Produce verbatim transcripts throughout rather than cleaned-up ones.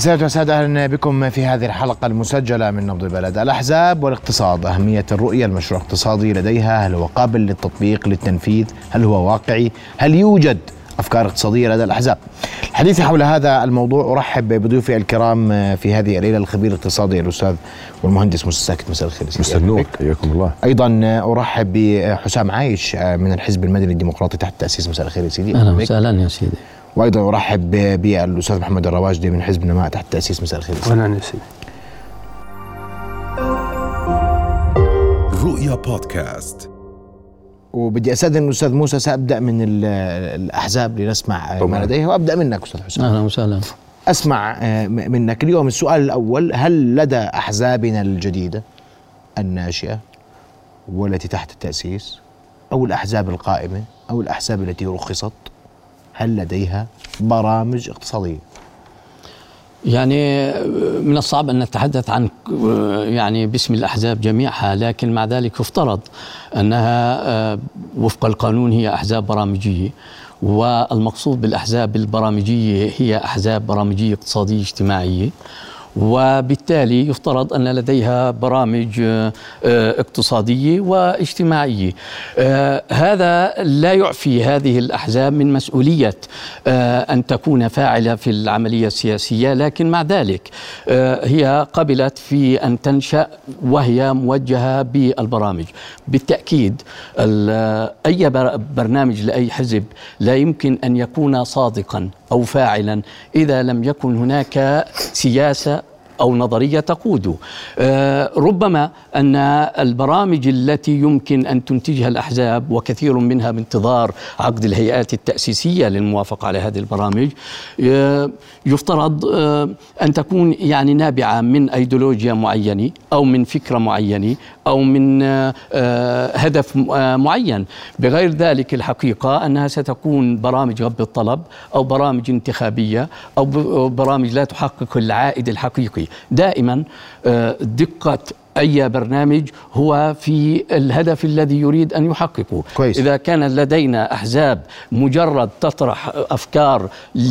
سيادة وسادة، أهلا بكم في هذه الحلقة المسجلة من نبض البلد. الأحزاب والاقتصاد، أهمية الرؤية، المشروع الاقتصادي لديها، هل هو قابل للتطبيق للتنفيذ، هل هو واقعي، هل يوجد أفكار اقتصادية لدى الأحزاب؟ الحديث حول هذا الموضوع أرحب بضيوفي الكرام في هذه الليلة، الخبير الاقتصادي الأستاذ والمهندس موسى ساكت. مساء الخير. مساء النور، حياكم الله. أيضا أرحب بحسام عايش من الحزب المدني الديمقراطي تحت التأسيس. مساء الخير يا سيدي. أهلا وسهلا يا سيدي. وأيضا أرحب بالأستاذ محمد الرواجدي من حزب النماء تحت التأسيس. مساء الخير. أهلا يا سيدي. رؤيا بودكاست. وبدي أستاذن الأستاذ موسى، سأبدأ من الأحزاب لنسمع طبعا ما لديها، وأبدأ منك أستاذ حسام. أهلا وسهلا. أسمع منك اليوم السؤال الأول: هل لدى أحزابنا الجديدة الناشئة والتي تحت التأسيس أو الأحزاب القائمة أو الأحزاب التي رخصت، هل لديها برامج اقتصادية؟ يعني من الصعب أن نتحدث عن يعني باسم الأحزاب جميعها، لكن مع ذلك يفترض أنها وفق القانون هي أحزاب برامجية، والمقصود بالأحزاب البرامجية هي أحزاب برامجية اقتصادية اجتماعية، وبالتالي يفترض أن لديها برامج اقتصادية واجتماعية. هذا لا يعفي هذه الأحزاب من مسؤولية أن تكون فاعلة في العملية السياسية، لكن مع ذلك هي قبلت في أن تنشأ وهي موجهة بالبرامج. بالتأكيد أي برنامج لأي حزب لا يمكن أن يكون صادقا أو فاعلا إذا لم يكن هناك سياسة أو نظرية تقوده. آه ربما أن البرامج التي يمكن أن تنتجها الأحزاب، وكثير منها بانتظار عقد الهيئات التأسيسية للموافقة على هذه البرامج، آه يفترض آه أن تكون يعني نابعة من أيديولوجيا معينة أو من فكرة معينة أو من آه هدف آه معين. بغير ذلك الحقيقة أنها ستكون برامج غض الطلب أو برامج انتخابية أو برامج لا تحقق العائد الحقيقي. دائما دقة أي برنامج هو في الهدف الذي يريد أن يحققه. كويس. إذا كان لدينا أحزاب مجرد تطرح أفكار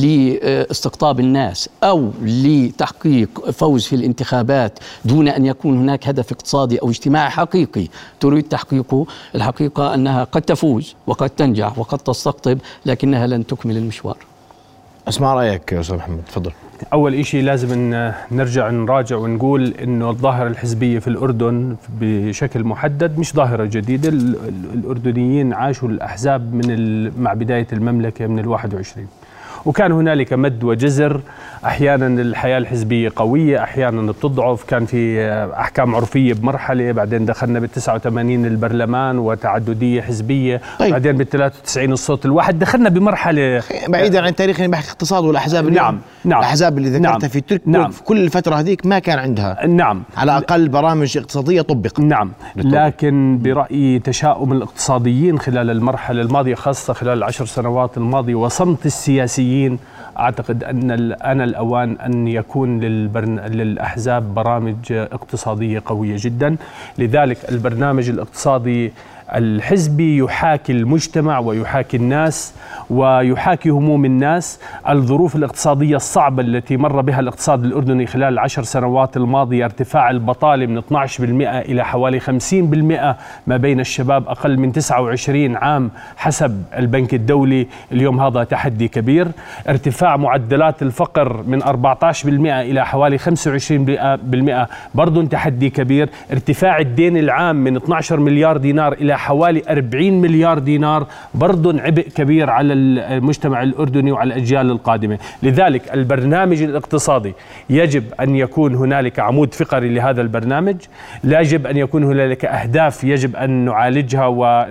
لاستقطاب الناس أو لتحقيق فوز في الانتخابات دون أن يكون هناك هدف اقتصادي أو اجتماعي حقيقي تريد تحقيقه، الحقيقة أنها قد تفوز وقد تنجح وقد تستقطب، لكنها لن تكمل المشوار. أسمع رأيك يا أستاذ محمد، تفضل. أول إشي لازم إن نرجع نراجع ونقول إنه الظاهرة الحزبية في الأردن بشكل محدد مش ظاهرة جديدة. الأردنيين عاشوا الأحزاب من مع بداية المملكة من الواحد وعشرين، وكان هنالك مد وجزر. أحيانا الحياة الحزبية قوية، أحيانا بتضعف. كان في أحكام عرفية بمرحلة، بعدين دخلنا بالتسعة وثمانين البرلمان وتعددية حزبية. طيب. بعدين بالثلاثة وتسعين الصوت الواحد. دخلنا بمرحلة بعيدا عن تاريخ بحث اقتصاد والأحزاب. نعم نعم الأحزاب اللي ذكرتها نعم في تركيا نعم في كل الفترة هذيك ما كان عندها نعم على الأقل برامج اقتصادية طبقت. نعم بالطبع. لكن برأيي تشاؤم الاقتصاديين خلال المرحلة الماضية، خاصة خلال العشر سنوات الماضية، وصمت السياسيين، أعتقد أن أنا الأوان أن يكون للبرن... للأحزاب برامج اقتصادية قوية جدا. لذلك البرنامج الاقتصادي الحزبي يحاكي المجتمع ويحاكي الناس ويحاكي هموم الناس. الظروف الاقتصادية الصعبة التي مر بها الاقتصاد الأردني خلال العشر سنوات الماضية، ارتفاع البطالة من اثني عشر بالمئة إلى حوالي خمسين بالمئة ما بين الشباب أقل من تسعة وعشرين عام حسب البنك الدولي. اليوم هذا تحدي كبير. ارتفاع معدلات الفقر من أربعة عشر بالمئة إلى حوالي خمسة وعشرين بالمئة برضو تحدي كبير. ارتفاع الدين العام من اثني عشر مليار دينار إلى حوالي أربعين مليار دينار برضو عبء كبير على المجتمع الأردني وعلى الأجيال القادمة. لذلك البرنامج الاقتصادي يجب أن يكون هنالك عمود فقري لهذا البرنامج، لا يجب أن يكون هنالك أهداف يجب أن نعالجها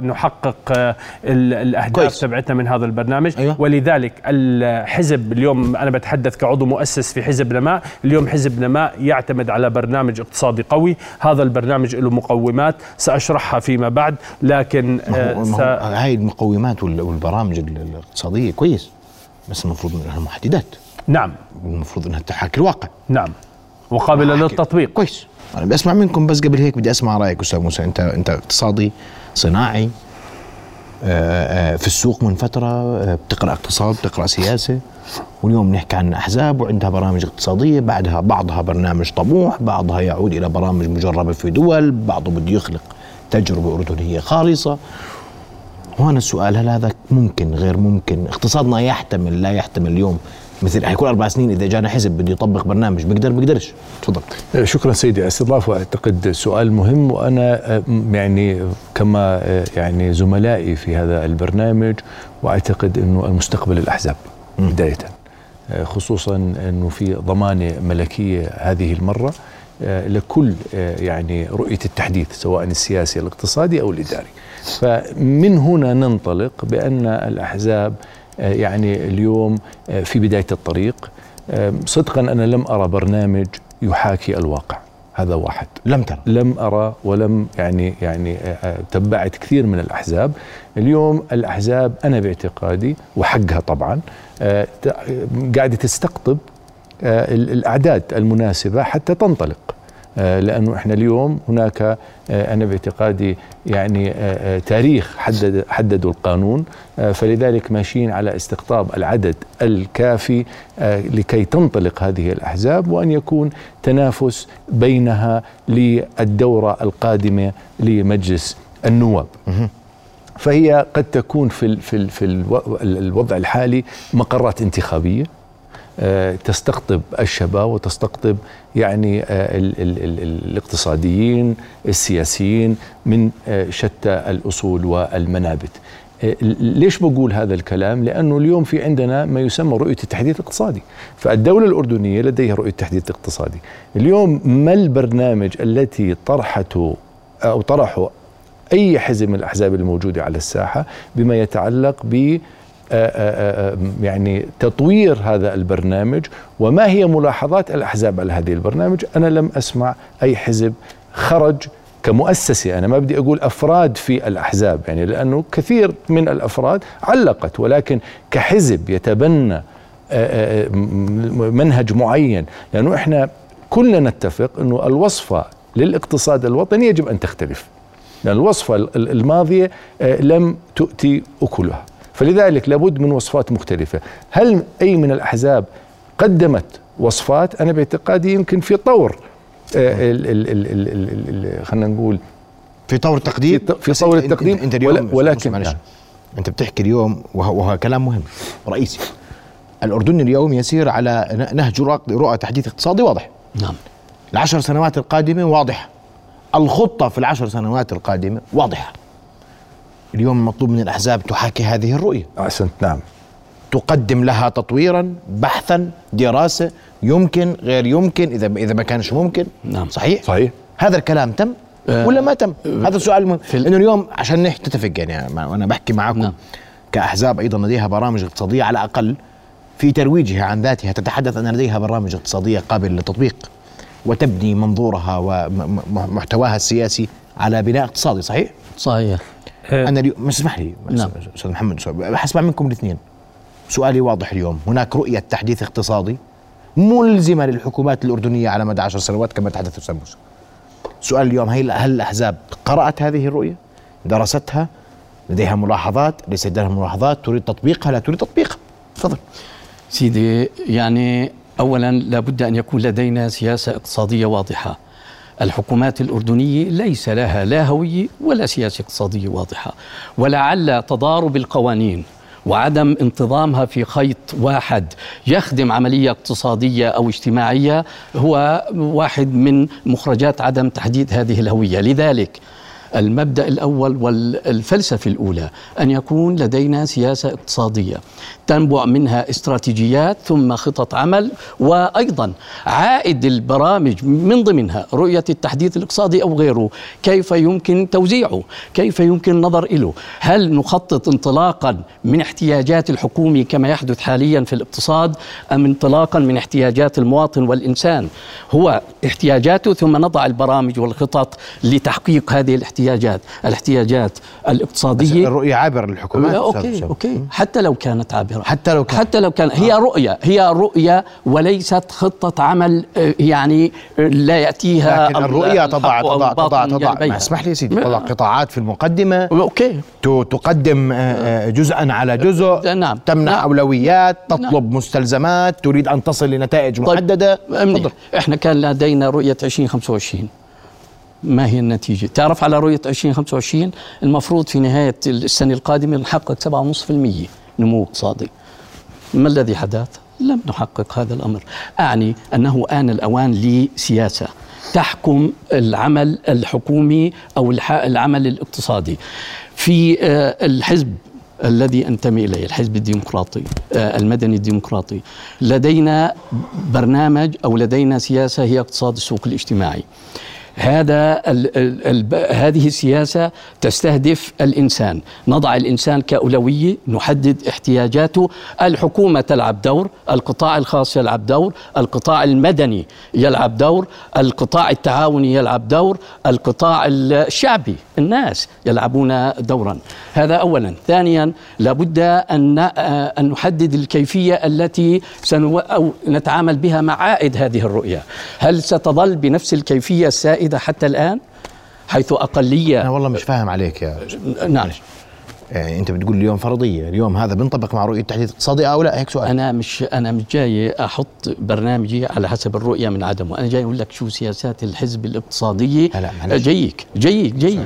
ونحقق الأهداف تبعتنا من هذا البرنامج. أيوة. ولذلك الحزب اليوم، أنا بتحدث كعضو مؤسس في حزب نماء، اليوم حزب نماء يعتمد على برنامج اقتصادي قوي. هذا البرنامج له مقومات سأشرحها فيما بعد، لكن هاي المقومات والبرامج الاقتصادية كويس، بس المفروض انها محددات. نعم. المفروض انها تحاكي الواقع. نعم. وقابلة للتطبيق. كويس. انا بسمع منكم، بس قبل هيك بدي اسمع رايك استاذ موسى. انت انت اقتصادي صناعي، في السوق من فترة، بتقرأ اقتصاد، بتقرأ سياسة، واليوم نحكي عن أحزاب وعندها برامج اقتصادية، بعدها بعضها برنامج طموح، بعضها يعود إلى برامج مجربة في دول، بعضه بده يخلق تجربة أردنية خالصة. وهنا السؤال، هل هذا ممكن غير ممكن؟ اقتصادنا يحتمل لا يحتمل اليوم؟ مثل حيكون أربع سنين إذا جانا حزب بده يطبق برنامج، بقدر بقدرش؟ تفضل. شكرا سيدي استضافة، أعتقد سؤال مهم، وأنا يعني كما يعني زملائي في هذا البرنامج، وأعتقد أنه المستقبل الأحزاب بداية، خصوصا أنه في ضمانة ملكية هذه المرة لكل يعني رؤية التحديث سواء السياسي الاقتصادي أو الإداري. فمن هنا ننطلق بأن الأحزاب يعني اليوم في بداية الطريق. صدقا أنا لم أرى برنامج يحاكي الواقع، هذا واحد. لم ترى؟ لم أرى ولم يعني يعني تبعت كثير من الأحزاب. اليوم الأحزاب أنا باعتقادي وحقها طبعا قاعدة تستقطب الأعداد المناسبة حتى تنطلق، لأنه إحنا اليوم هناك أنا باعتقادي يعني تاريخ حدد حددوا القانون، فلذلك ماشيين على استقطاب العدد الكافي لكي تنطلق هذه الأحزاب، وأن يكون تنافس بينها للدورة القادمة لمجلس النواب. فهي قد تكون في في في الوضع الحالي مقرات انتخابية تستقطب الشباب وتستقطب يعني ال ال ال الاقتصاديين السياسيين من شتى الأصول والمنابت. ليش بقول هذا الكلام؟ لأنه اليوم في عندنا ما يسمى رؤية التحديث الاقتصادي، فالدولة الأردنية لديها رؤية تحديث اقتصادي. اليوم ما البرنامج التي طرحته أو طرحه أي حزب من الأحزاب الموجودة على الساحة بما يتعلق ب يعني تطوير هذا البرنامج، وما هي ملاحظات الأحزاب على هذه البرنامج؟ أنا لم أسمع أي حزب خرج كمؤسسة، أنا ما بدي أقول أفراد في الأحزاب يعني، لأنه كثير من الأفراد علقت، ولكن كحزب يتبنى منهج معين، لأنه إحنا كلنا نتفق أنه الوصفة للاقتصاد الوطني يجب أن تختلف، لأن الوصفة الماضية لم تؤتي أكلها، فلذلك لابد من وصفات مختلفة. هل أي من الأحزاب قدمت وصفات؟ أنا باعتقادي يمكن في طور خلينا نقول في طور التقديم، في طور التقديم انت اليوم ولكن معلش انت بتحكي اليوم وهو, وهو كلام مهم رئيسي. الأردن اليوم يسير على نهج رؤى تحديث اقتصادي واضح. نعم. العشر سنوات القادمة واضحة، الخطة في العشر سنوات القادمة واضحة. اليوم المطلوب من الأحزاب تحاكي هذه الرؤية. أحسنت. نعم. تقدم لها تطويرا، بحثا، دراسة، يمكن غير يمكن، إذا إذا ما كانش ممكن. نعم. صحيح؟ صحيح. هذا الكلام تم أه ولا ما تم؟ أه هذا السؤال المهم، إنه اليوم عشان نتفق يعني وأنا بحكي معكم. نعم. كأحزاب أيضا لديها برامج اقتصادية على الأقل في ترويجها عن ذاتها تتحدث أن لديها برامج اقتصادية قابلة للتطبيق وتبني منظورها ومحتواها السياسي على بناء اقتصادي. صحيح؟ صحيح. أنا اليوم مش اسمح لي نعم. أستاذ محمد، حسمع منكم الاثنين. سؤالي واضح، اليوم هناك رؤية تحديث اقتصادي ملزمة للحكومات الأردنية على مدى عشر سنوات كما تحدث أستاذ موسى. سؤال اليوم، هل هل الأحزاب قرأت هذه الرؤية؟ درستها؟ لديها ملاحظات؟ ليس لديها ملاحظات؟ تريد تطبيقها؟ لا تريد تطبيقها؟ تفضل سيدي. يعني أولا لابد أن يكون لدينا سياسة اقتصادية واضحة. الحكومات الأردنية ليس لها لا هوية ولا سياسة اقتصادية واضحة، ولعل تضارب القوانين وعدم انتظامها في خيط واحد يخدم عملية اقتصادية أو اجتماعية هو واحد من مخرجات عدم تحديد هذه الهوية. لذلك المبدأ الأول والفلسفة الأولى أن يكون لدينا سياسة اقتصادية تنبع منها استراتيجيات ثم خطط عمل، وأيضا عائد البرامج من ضمنها رؤية التحديث الاقتصادي أو غيره، كيف يمكن توزيعه، كيف يمكن النظر إله. هل نخطط انطلاقا من احتياجات الحكومة كما يحدث حاليا في الاقتصاد، أم انطلاقا من احتياجات المواطن والإنسان؟ هو احتياجاته ثم نضع البرامج والخطط لتحقيق هذه الاحتياجات الاحتياجات الاحتياجات الاقتصادية. الرؤية عابرة للحكومات. أوكي أوكي حتى لو كانت عابرة، حتى لو كان حتى لو كان هي رؤية، هي رؤية وليست خطة عمل يعني لا يأتيها. لكن الرؤية تضع تضع تضع تضع اسمح لي يا سيدي، تضع قطاعات في المقدمة. أوكي. تقدم جزءا على جزء. نعم. تمنح نعم. أولويات، تطلب نعم. مستلزمات، تريد أن تصل لنتائج طيب. محددة. احنا كان لدينا رؤية عشرين خمسة وعشرين. ما هي النتيجة؟ تعرف على رؤية عشرين خمسة وعشرين المفروض في نهاية السنة القادمة نحقق سبعة فاصلة خمسة بالمئة نمو اقتصادي. ما الذي حدث؟ لم نحقق هذا الأمر. أعني أنه آن الأوان لسياسة تحكم العمل الحكومي أو العمل الاقتصادي. في الحزب الذي أنتمي إليه، الحزب الديمقراطي المدني الديمقراطي، لدينا برنامج أو لدينا سياسة هي اقتصاد السوق الاجتماعي. هذا ال ال ال هذه السياسة تستهدف الإنسان، نضع الإنسان كأولوية، نحدد احتياجاته. الحكومة تلعب دور، القطاع الخاص يلعب دور، القطاع المدني يلعب دور، القطاع التعاوني يلعب دور، القطاع الشعبي الناس يلعبون دورا. هذا أولا. ثانيا لابد أن أن نحدد الكيفية التي سنو أو نتعامل بها مع عائد هذه الرؤية. هل ستظل بنفس الكيفية السائدة حتى الآن حيث أقلية؟ أنا والله مش فاهم عليك يا نعم. يعني أنت بتقول اليوم فرضية، اليوم هذا بنطبق مع رؤية التحديث الاقتصادي أو لا؟ هيك سؤال. أنا مش أنا مش جاي أحط برنامجي على حسب الرؤية من عدمه، أنا جاي أقول لك شو سياسات الحزب الاقتصادية. جيك جيك جيك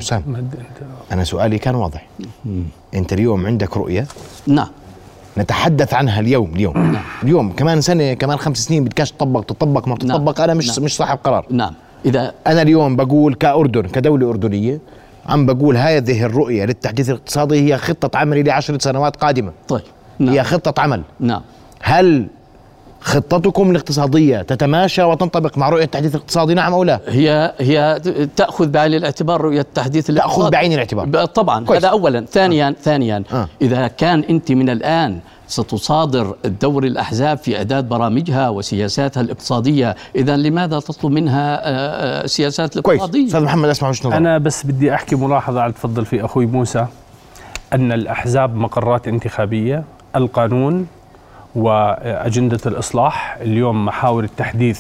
أنا سؤالي كان واضح. مم. أنت اليوم عندك رؤية. نعم. نتحدث عنها اليوم اليوم نعم. اليوم كمان سنة كمان خمس سنين بدكش تطبق تطبق ما بتطبق. نعم. أنا مش نعم. مش صاحب قرار. نعم. إذا أنا اليوم بقول كأردن كدولة أردنية عم بقول هذه الرؤية للتحديث الاقتصادي هي خطة عملي لعشر سنوات قادمة. طيب. نعم. هي خطة عمل. نعم. هل خطتكم الاقتصادية تتماشى وتنطبق مع رؤية التحديث الاقتصادي نعم أو لا؟ هي هي تأخذ بعين الاعتبار رؤية التحديث الاقتصادي. تأخذ بعين الاعتبار طبعا. كويس. هذا أولا. ثانيا آه. ثانيا آه. إذا كان أنت من الآن ستصادر الدور الأحزاب في إعداد برامجها وسياساتها الاقتصادية، إذا لماذا تطلب منها سياسات الاقتصادية؟ كويس. أستاذ محمد أسمع وش نظر. أنا بس بدي أحكي ملاحظة على تفضل في أخوي موسى، أن الأحزاب مقرات انتخابية، القانون وأجندة الإصلاح اليوم محاور التحديث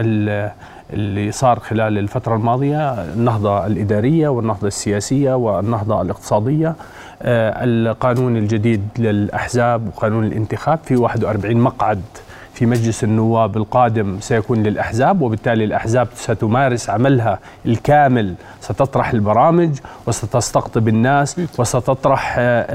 اللي صار خلال الفترة الماضية، النهضة الإدارية والنهضة السياسية والنهضة الاقتصادية. القانون الجديد للأحزاب وقانون الانتخاب في واحد وأربعين مقعد في مجلس النواب القادم سيكون للأحزاب، وبالتالي الأحزاب ستمارس عملها الكامل، ستطرح البرامج وستستقطب الناس وستطرح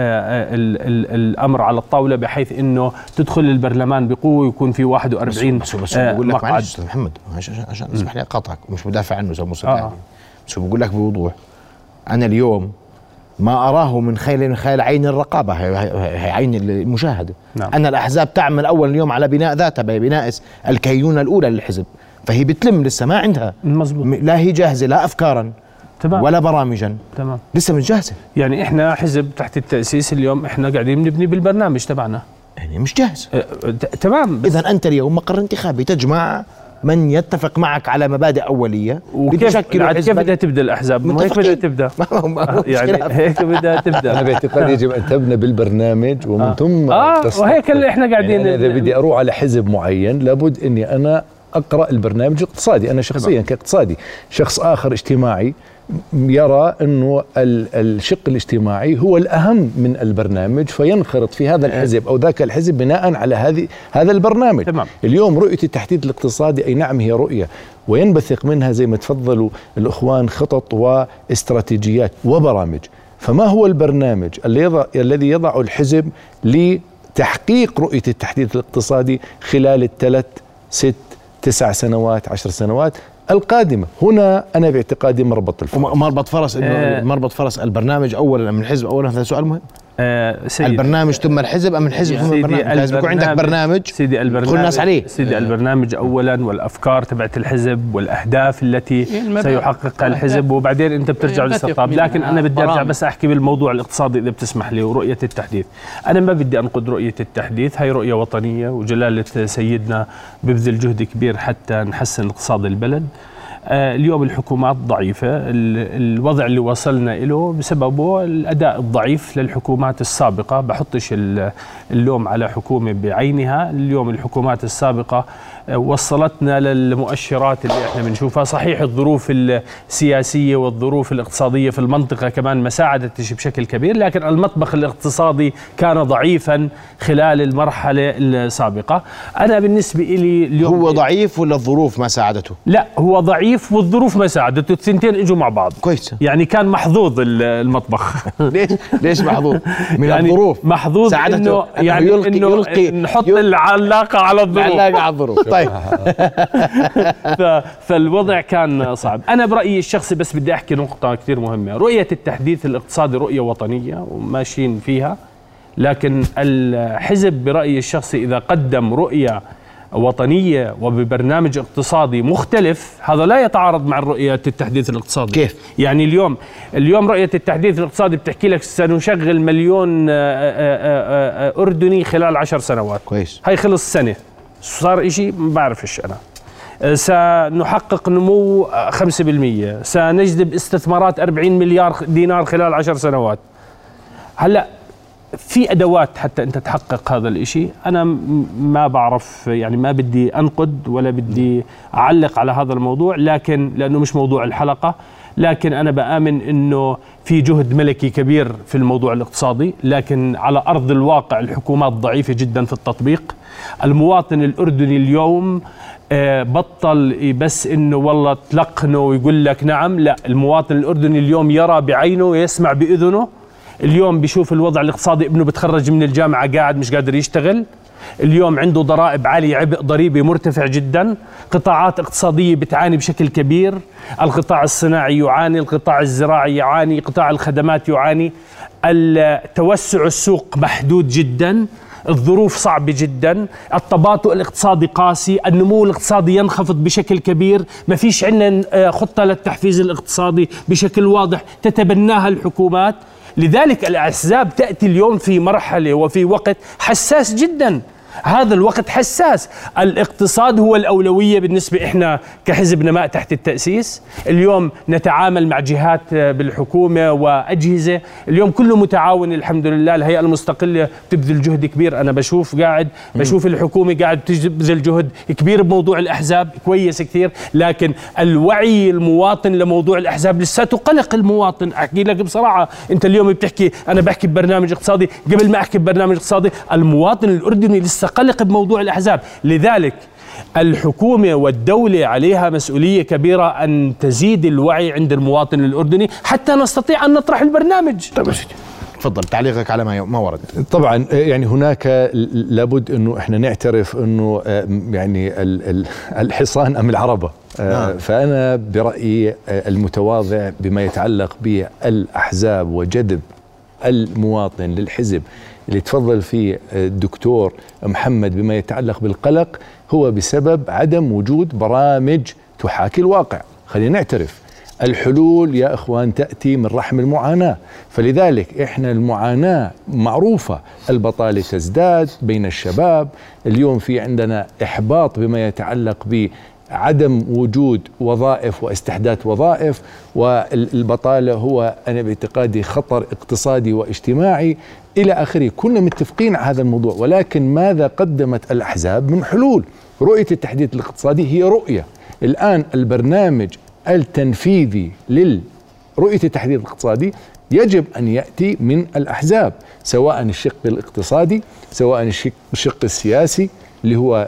الأمر على الطاولة بحيث أنه تدخل البرلمان بقوة ويكون في واحد وأربعين بس, بس, بس بقول لك معلش أستاذ محمد عشان, عشان اسمح لي أقاطعك، مش مدافع عنه زي موسى آه. بس بقول لك بوضوح، أنا اليوم ما أراه من خيل من خيل عين الرقابة، هي عين المشاهدة. نعم. أن الأحزاب تعمل أول اليوم على بناء ذاتها، بناء الكينونة الأولى للحزب، فهي بتلم لسه ما عندها مزبوط. لا هي جاهزة لا أفكارا تمام. ولا برامجا تمام. لسه مش جاهزة. يعني إحنا حزب تحت التأسيس اليوم إحنا قاعدين نبني بالبرنامج تبعنا، يعني مش جاهز. أه تمام. إذا أنت اليوم مقر انتخابي تجمع من يتفق معك على مبادئ أولية، وكيف كيف بدها تبدأ الأحزاب؟ هيك بدها تبدأ يعني هيك بدها تبدأ. أنا باعتقادي يجب أن تبنى بالبرنامج ومن آه. ثم آه وهيك اللي إحنا قاعدين يعني إذا بدي أروح على حزب معين لابد إني أنا أقرأ البرنامج الاقتصادي. أنا شخصيا كاقتصادي، شخص آخر اجتماعي يرى أنه الشق الاجتماعي هو الأهم من البرنامج، فينخرط في هذا الحزب أو ذاك الحزب بناء على هذه هذا البرنامج. تمام. اليوم رؤية التحديث الاقتصادي أي نعم هي رؤية وينبثق منها زي ما تفضلوا الأخوان خطط واستراتيجيات وبرامج، فما هو البرنامج اللي يضع الذي يضع الحزب لتحقيق رؤية التحديث الاقتصادي خلال الثلاث ست تسع سنوات عشر سنوات القادمة؟ هنا أنا باعتقادي مربط الفرس. مربط فرس إنه آه مربط فرس البرنامج أولا أم الحزب أولا؟ هذا سؤال مهم. آه البرنامج ثم الحزب أم الحزب ثم البرنامج؟ لازم يكون عندك برنامج سيدي البرنامج كل الناس عليه. سيدي البرنامج أولا والأفكار تبعت الحزب والأهداف التي سيحققها الحزب، وبعدين أنت بترجع للاستقطاب. لكن أنا بدي أرجع بس أحكي بالموضوع الاقتصادي إذا بتسمح لي ورؤية التحديث. أنا ما بدي أنقد رؤية التحديث، هي رؤية وطنية وجلالة سيدنا ببذل جهد كبير حتى نحسن اقتصاد البلد. اليوم الحكومات ضعيفة، الوضع اللي وصلنا له بسببه الأداء الضعيف للحكومات السابقة. بحطش اللوم على حكومة بعينها، اليوم الحكومات السابقة وصلتنا للمؤشرات اللي احنا بنشوفها. صحيح الظروف السياسية والظروف الاقتصادية في المنطقة كمان ما ساعدتش بشكل كبير، لكن المطبخ الاقتصادي كان ضعيفا خلال المرحلة السابقة. أنا بالنسبة لي اليوم هو ضعيف ولا الظروف ما ساعدته؟ لا، هو ضعيف والظروف ما ساعدته، الثنتين اجوا مع بعض. كويس. يعني كان محظوظ المطبخ. ليش ليش محظوظ؟ من يعني الظروف محظوظ ساعدته إنه يعني يلقي إنه يلقي نحط يلقي العلاقة على الظروف. العلاقة على الظروف. طيب. فالوضع كان صعب. أنا برأيي الشخصي بس بدي أحكي نقطة كثير مهمة. رؤية التحديث الاقتصادي رؤية وطنية وماشيين فيها، لكن الحزب برأيي الشخصي إذا قدم رؤية وطنية وببرنامج اقتصادي مختلف، هذا لا يتعارض مع رؤية التحديث الاقتصادي. كيف؟ يعني اليوم اليوم رؤية التحديث الاقتصادي بتحكي لك سنشغل مليون أردني خلال عشر سنوات. كويس. هاي خلص سنة، صار إشي ما بعرفش أنا. سنحقق نمو خمسة بالمئة، سنجذب استثمارات أربعين مليار دينار خلال عشر سنوات. هلأ في أدوات حتى أنت تحقق هذا الإشي. أنا ما بعرف، يعني ما بدي أنقد ولا بدي أعلق على هذا الموضوع، لكن لأنه مش موضوع الحلقة، لكن أنا بآمن أنه في جهد ملكي كبير في الموضوع الاقتصادي، لكن على أرض الواقع الحكومات ضعيفة جدا في التطبيق. المواطن الأردني اليوم بطل بس انه والله تلقنه ويقول لك نعم، لا، المواطن الاردني اليوم يرى بعينه ويسمع باذنه. اليوم بيشوف الوضع الاقتصادي، ابنه بتخرج من الجامعه قاعد مش قادر يشتغل، اليوم عنده ضرائب عاليه، عبء ضريبي مرتفع جدا، قطاعات اقتصاديه بتعاني بشكل كبير، القطاع الصناعي يعاني، القطاع الزراعي يعاني، قطاع الخدمات يعاني، التوسع السوق محدود جدا، الظروف صعبة جدا، التباطؤ الاقتصادي قاسي، النمو الاقتصادي ينخفض بشكل كبير، ما فيش عندنا خطة للتحفيز الاقتصادي بشكل واضح تتبناها الحكومات. لذلك الأحزاب تأتي اليوم في مرحلة وفي وقت حساس جدا. هذا الوقت حساس، الاقتصاد هو الأولوية بالنسبة إحنا كحزب نماء تحت التأسيس. اليوم نتعامل مع جهات بالحكومة وأجهزة، اليوم كله متعاون الحمد لله. الهيئة المستقلة تبذل جهد كبير، أنا بشوف قاعد بشوف الحكومة قاعد تبذل جهد كبير بموضوع الأحزاب، كويس كثير، لكن الوعي المواطن لموضوع الأحزاب لساته قلق المواطن. أحكي لك بصراحة، أنت اليوم بتحكي أنا بحكي ببرنامج اقتصادي، قبل ما أحكي ببرنامج اقتصادي المواطن الأردني لسه قلق بموضوع الأحزاب. لذلك الحكومة والدولة عليها مسؤولية كبيرة أن تزيد الوعي عند المواطن الأردني حتى نستطيع أن نطرح البرنامج. طيب تفضل تعليقك على ما ما ورد. طبعا يعني هناك لابد انه احنا نعترف انه يعني الحصان ام العربة. آه. فانا برأيي المتواضع بما يتعلق بالأحزاب وجذب المواطن للحزب اللي تفضل فيه الدكتور محمد بما يتعلق بالقلق، هو بسبب عدم وجود برامج تحاكي الواقع. خلينا نعترف، الحلول يا اخوان تأتي من رحم المعاناة. فلذلك احنا المعاناة معروفة، البطالة تزداد بين الشباب، اليوم في عندنا احباط بما يتعلق ب عدم وجود وظائف واستحداث وظائف، والبطالة هو أنا باعتقادي خطر اقتصادي واجتماعي إلى آخره. كنا متفقين على هذا الموضوع، ولكن ماذا قدمت الأحزاب من حلول؟ رؤية التحديث الاقتصادي هي رؤية. الآن البرنامج التنفيذي للرؤية التحديث الاقتصادي يجب أن يأتي من الأحزاب، سواء الشق الاقتصادي سواء الشق, الشق السياسي اللي هو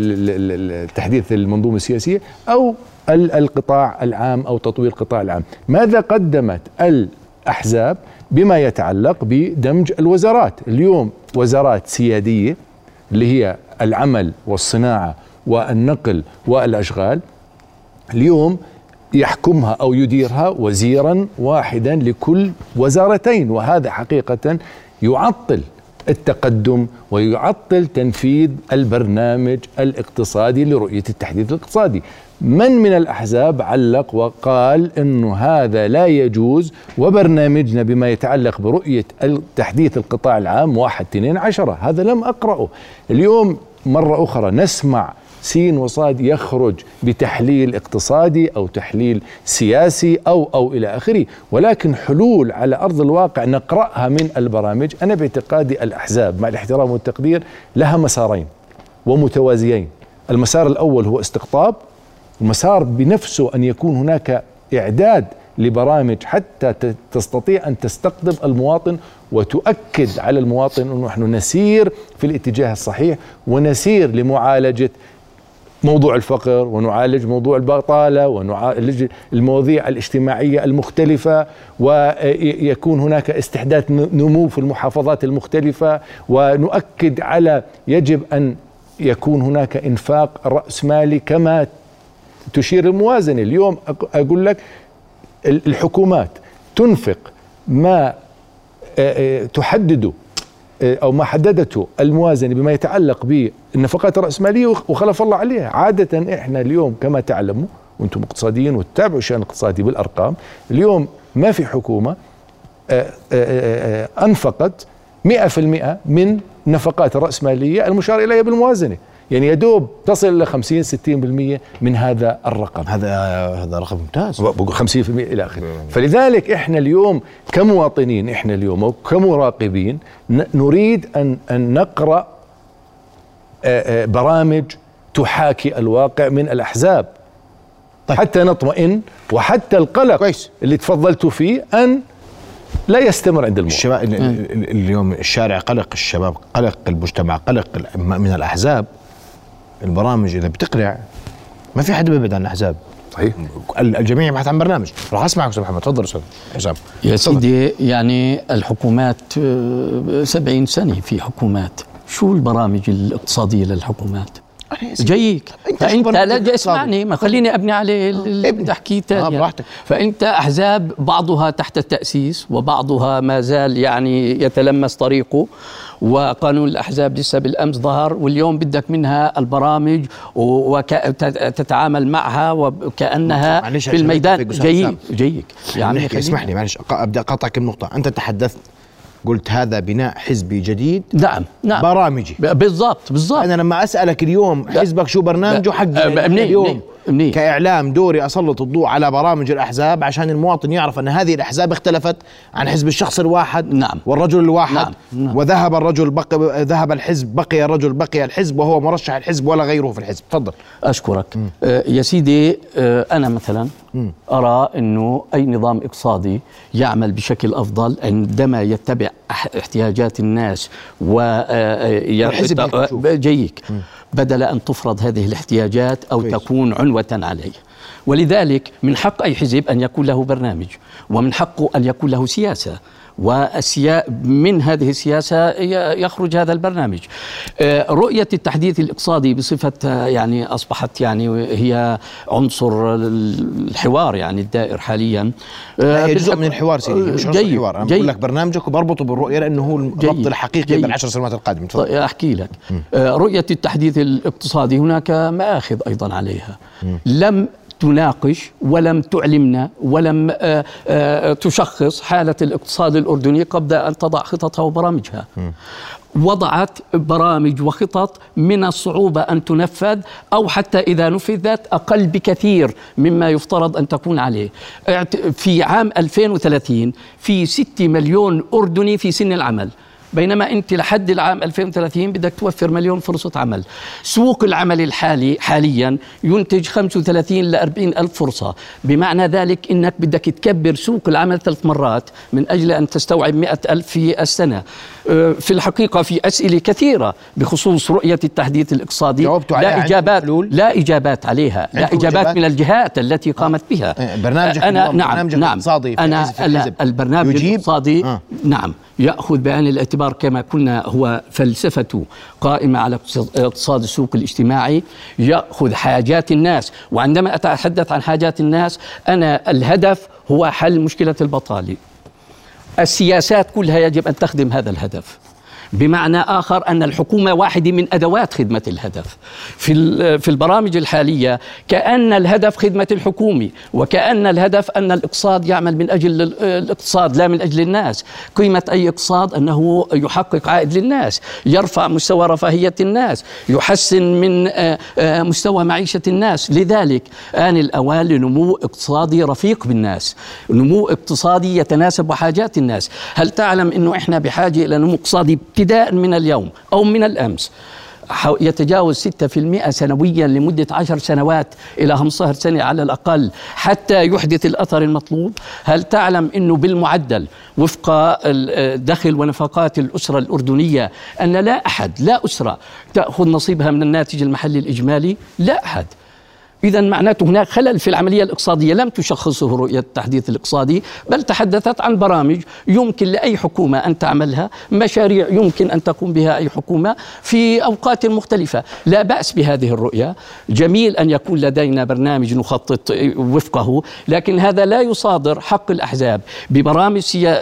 تحديث المنظومة السياسية، أو القطاع العام أو تطوير القطاع العام. ماذا قدمت الأحزاب بما يتعلق بدمج الوزارات؟ اليوم وزارات سيادية اللي هي العمل والصناعة والنقل والأشغال، اليوم يحكمها أو يديرها وزيرا واحدا لكل وزارتين، وهذا حقيقة يعطل التقدم ويعطل تنفيذ البرنامج الاقتصادي لرؤية التحديث الاقتصادي. من من الأحزاب علق وقال إنه هذا لا يجوز، وبرنامجنا بما يتعلق برؤية تحديث القطاع العام واحد اثنين عشرة، هذا لم أقرأه. اليوم مرة أخرى نسمع سين وصاد يخرج بتحليل اقتصادي أو تحليل سياسي أو أو إلى آخره، ولكن حلول على أرض الواقع نقرأها من البرامج. أنا باعتقادي الأحزاب مع الاحترام والتقدير لها مسارين ومتوازيين. المسار الأول هو استقطاب، المسار بنفسه أن يكون هناك إعداد لبرامج حتى تستطيع أن تستقطب المواطن وتؤكد على المواطن أنه نحن نسير في الاتجاه الصحيح، ونسير لمعالجة موضوع الفقر، ونعالج موضوع البطالة، ونعالج المواضيع الاجتماعية المختلفة، ويكون هناك استحداث نمو في المحافظات المختلفة، ونؤكد على يجب أن يكون هناك إنفاق رأسمالي كما تشير الموازنة. اليوم أقول لك الحكومات تنفق ما تحدده أو ما حددته الموازنة بما يتعلق بالنفقات الرأسمالية وخلف الله عليها. عادة إحنا اليوم كما تعلموا وأنتم اقتصاديين وتتابعوا الشأن الاقتصادي بالأرقام، اليوم ما في حكومة أنفقت مئة في المئة من نفقات الرأسمالية المشار إليها بالموازنة، يعني يدوب تصل إلى خمسين ستين بالمئة من هذا الرقم. هذا هذا رقم ممتاز، خمسين بالمئة إلى آخره. فلذلك إحنا اليوم كمواطنين، إحنا اليوم وكمراقبين نريد أن أن نقرأ برامج تحاكي الواقع من الأحزاب. طيب. حتى نطمئن، وحتى القلق كويس اللي تفضلتوا فيه أن لا يستمر عند المواطن. الشباب اليوم الشارع قلق، الشباب قلق، المجتمع قلق من الأحزاب. البرامج إذا بتقلع ما في حد بيبعد عن الأحزاب. صحيح. الجميع يبحث عن برنامج. راح أسمعك أستاذ محمد. تفضل أستاذ حسام. يا سيدي، يعني الحكومات سبعين سنة في حكومات، شو البرامج الاقتصادية للحكومات؟ جيك. فأنت لا اسمعني، ما خليني أبني عليه اللي بدي أحكيه تاني. آه فأنت أحزاب بعضها تحت التأسيس وبعضها ما زال يعني يتلمس طريقه، وقانون الأحزاب لسه بالأمس ظهر، واليوم بدك منها البرامج وتتعامل معها وكأنها في الميدان. جيك جيك يعني اسمح لي معلش أبدأ قاطعك النقطة. أنت تحدثت قلت هذا بناء حزبي جديد. نعم نعم برامجي بالضبط بالضبط. أنا لما أسألك اليوم حزبك شو برنامجه حقي اليوم مني. كإعلام دوري أسلط الضوء على برامج الأحزاب عشان المواطن يعرف أن هذه الأحزاب اختلفت عن حزب الشخص الواحد. نعم. والرجل الواحد. نعم. نعم. وذهب الرجل بقي ذهب الحزب بقي الرجل بقي الحزب وهو مرشح الحزب ولا غيره في الحزب. تفضل. أشكرك. آه يا سيدي، آه أنا مثلا م. أرى أنه أي نظام اقتصادي يعمل بشكل أفضل عندما يتبع احتياجات الناس ويجيك بدل أن تفرض هذه الاحتياجات أو كويس. تكون عنوة عليه. ولذلك من حق أي حزب أن يكون له برنامج، ومن حقه أن يكون له سياسة، ومن هذه السياسة يخرج هذا البرنامج. رؤية التحديث الاقتصادي بصفة يعني أصبحت يعني هي عنصر الحوار يعني الدائر حاليا. هي جزء من الحوار سيدي، مش عنصر الحوار. أنا بقول لك برنامجك وبربطه بالرؤية لأنه هو الربط الحقيقي بالعشر سنوات القادمة. طيب أحكي لك. م. رؤية التحديث الاقتصادي هناك مآخذ أيضا عليها. م. لم تناقش ولم تعلمنا ولم آآ آآ تشخص حالة الاقتصاد الأردني قبل أن تضع خططها وبرامجها. م. وضعت برامج وخطط من الصعوبة أن تنفذ، أو حتى إذا نفذت أقل بكثير مما يفترض أن تكون عليه. في عام ألفين وثلاثين في ستة مليون أردني في سن العمل، بينما أنت لحد العام ألفين وثلاثين بدك توفر مليون فرصة عمل. سوق العمل الحالي حاليا ينتج خمسة وثلاثين إلى أربعين ألف فرصة، بمعنى ذلك أنك بدك تكبر سوق العمل ثلاث مرات من أجل أن تستوعب مئة ألف في السنة. في الحقيقة في أسئلة كثيرة بخصوص رؤية التحديث الاقتصادي لا إجابات لا إجابات عليها، لا إجابات من الجهات التي قامت بها. برنامجك أنا نعم نعم الاقتصادي أنا البرنامج الاقتصادي آه. نعم يأخذ بعين الاعتبار كما قلنا هو فلسفته قائمة على اقتصاد السوق الاجتماعي، يأخذ حاجات الناس. وعندما أتحدث عن حاجات الناس أنا الهدف هو حل مشكلة البطالة. السياسات كلها يجب أن تخدم هذا الهدف. بمعنى آخر أن الحكومة واحدة من أدوات خدمة الهدف. في في البرامج الحالية كأن الهدف خدمة الحكومة، وكأن الهدف أن الاقتصاد يعمل من أجل الاقتصاد لا من أجل الناس. قيمة أي اقتصاد أنه يحقق عائد للناس، يرفع مستوى رفاهية الناس، يحسن من مستوى معيشة الناس. لذلك آن الأوان لنمو اقتصادي رفيق بالناس، نمو اقتصادي يتناسب حاجات الناس. هل تعلم أنه إحنا بحاجة إلى نمو اقتصادي ابتداء من اليوم أو من الأمس يتجاوز ستة بالمئة سنويا لمدة عشر سنوات إلى خمسة عشر سنة على الأقل حتى يحدث الأثر المطلوب؟ هل تعلم أنه بالمعدل وفق دخل ونفقات الأسرة الأردنية أن لا أحد لا أسرة تأخذ نصيبها من الناتج المحلي الإجمالي؟ لا أحد. إذا معناته هناك خلل في العملية الاقتصادية لم تشخصه رؤية التحديث الاقتصادي، بل تحدثت عن برامج يمكن لأي حكومة أن تعملها، مشاريع يمكن أن تقوم بها أي حكومة في أوقات مختلفة. لا بأس بهذه الرؤية، جميل أن يكون لدينا برنامج نخطط وفقه، لكن هذا لا يصادر حق الأحزاب ببرامج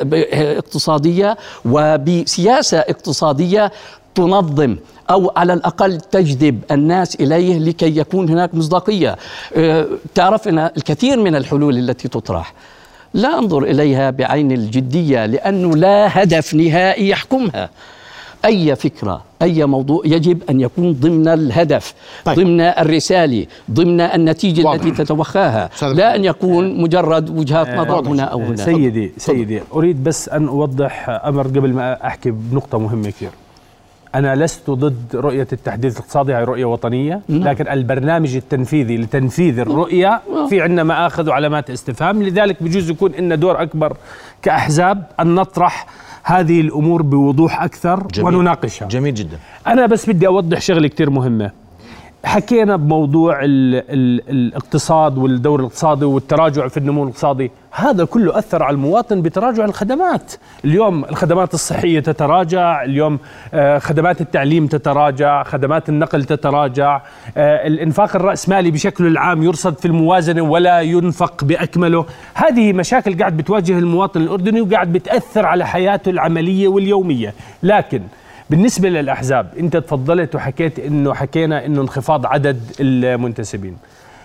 اقتصادية وبسياسة اقتصادية تنظم أو على الأقل تجذب الناس إليه لكي يكون هناك مصداقية. أه تعرف أن الكثير من الحلول التي تطرح لا أنظر إليها بعين الجدية، لأنه لا هدف نهائي يحكمها. أي فكرة أي موضوع يجب أن يكون ضمن الهدف، طيب. ضمن الرسالة، ضمن النتيجة واضح. التي تتوخاها، لا أن يكون مجرد وجهات نظر هنا أو هنا. سيدي سيدي أريد بس أن أوضح أمر قبل ما أحكي بنقطة مهمة كثير. أنا لست ضد رؤية التحديث الاقتصادي، هي رؤية وطنية، لكن البرنامج التنفيذي لتنفيذ الرؤية في عندنا مآخذ وعلامات استفهام. لذلك بجوز يكون لنا دور أكبر كأحزاب أن نطرح هذه الأمور بوضوح أكثر جميل. ونناقشها. جميل جدا. أنا بس بدي أوضح شغلة كتير مهمة. حكينا بموضوع ال ال الاقتصاد والدور الاقتصادي والتراجع في النمو الاقتصادي، هذا كله أثر على المواطن بتراجع الخدمات. اليوم الخدمات الصحية تتراجع، اليوم خدمات التعليم تتراجع، خدمات النقل تتراجع، الإنفاق الرأسمالي بشكل العام يرصد في الموازنة ولا ينفق بأكمله. هذه مشاكل قاعد بتواجه المواطن الأردني وقاعد بتأثر على حياته العملية واليومية. لكن بالنسبة للأحزاب، أنت تفضلت وحكيت إنه حكينا إنه انخفاض عدد المنتسبين.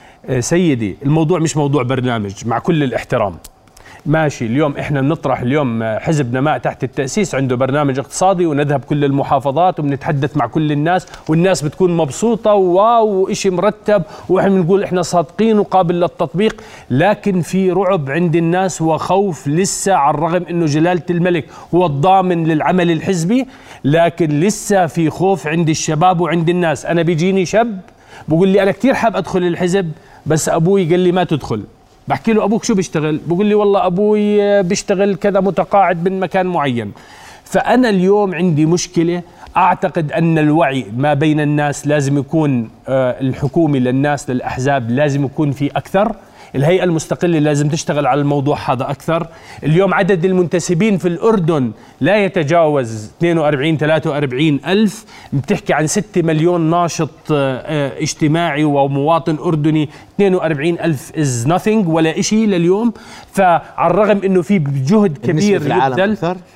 سيدي الموضوع مش موضوع برنامج، مع كل الاحترام ماشي. اليوم احنا بنطرح اليوم حزب نماء تحت التأسيس عنده برنامج اقتصادي، ونذهب كل المحافظات وبنتحدث مع كل الناس، والناس بتكون مبسوطة واو إشي مرتب، واحنا بنقول احنا صادقين وقابل للتطبيق. لكن في رعب عند الناس وخوف لسه، على الرغم انه جلالة الملك هو الضامن للعمل الحزبي، لكن لسه في خوف عند الشباب وعند الناس. انا بيجيني شاب بقول لي انا كثير حاب ادخل الحزب، بس ابوي قال لي ما تدخل. بحكي له أبوك شو بيشتغل؟ بقول لي والله أبوي بيشتغل كذا متقاعد من مكان معين. فأنا اليوم عندي مشكلة. أعتقد أن الوعي ما بين الناس لازم يكون الحكومي للناس للأحزاب لازم يكون في أكثر. الهيئة المستقلة لازم تشتغل على الموضوع هذا أكثر. اليوم عدد المنتسبين في الأردن لا يتجاوز اثنين وأربعين ثلاثة وأربعين ألف، بتحكي عن ستة مليون ناشط اجتماعي ومواطن أردني. اثنين وأربعين ألف is nothing ولا إشي لليوم. فعلى الرغم أنه في جهد كبير يبذل،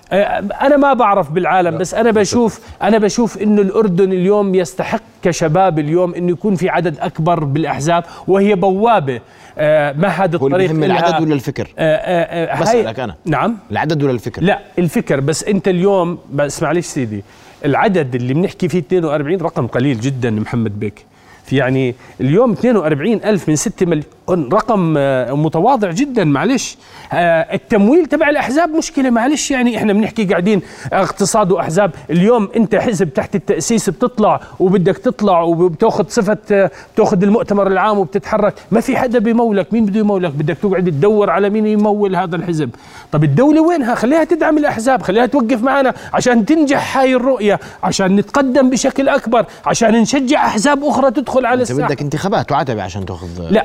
أنا ما بعرف بالعالم، بس أنا بشوف أنا بشوف إنه الأردن اليوم يستحق كشباب اليوم إنه يكون في عدد أكبر بالأحزاب، وهي بوابة. آه مهد الطريق. هو العدد ولا الفكر؟ آه آه بسألك أنا. نعم. العدد ولا الفكر؟ لا الفكر. بس أنت اليوم بس معلش سيدي، العدد اللي بنحكي فيه اثنين وأربعين رقم قليل جدا محمد بك. في يعني اليوم اثنين وأربعين ألف من ستة مليون رقم متواضع جدا. معلش التمويل تبع الأحزاب مشكلة. معلش يعني احنا بنحكي قاعدين اقتصاد وأحزاب. اليوم انت حزب تحت التأسيس بتطلع وبدك تطلع وبتاخذ صفة بتاخذ المؤتمر العام وبتتحرك، ما في حدا بيمولك. مين بده يمولك؟ بدك تقعد تدور على مين يمول هذا الحزب. طب الدولة وينها؟ خليها تدعم الأحزاب، خليها توقف معنا عشان تنجح هاي الرؤية، عشان نتقدم بشكل أكبر، عشان نشجع أحزاب أخرى تدخل على الساحة. انت بدك انتخابات وعتبة عشان تاخذ. لا أنا ما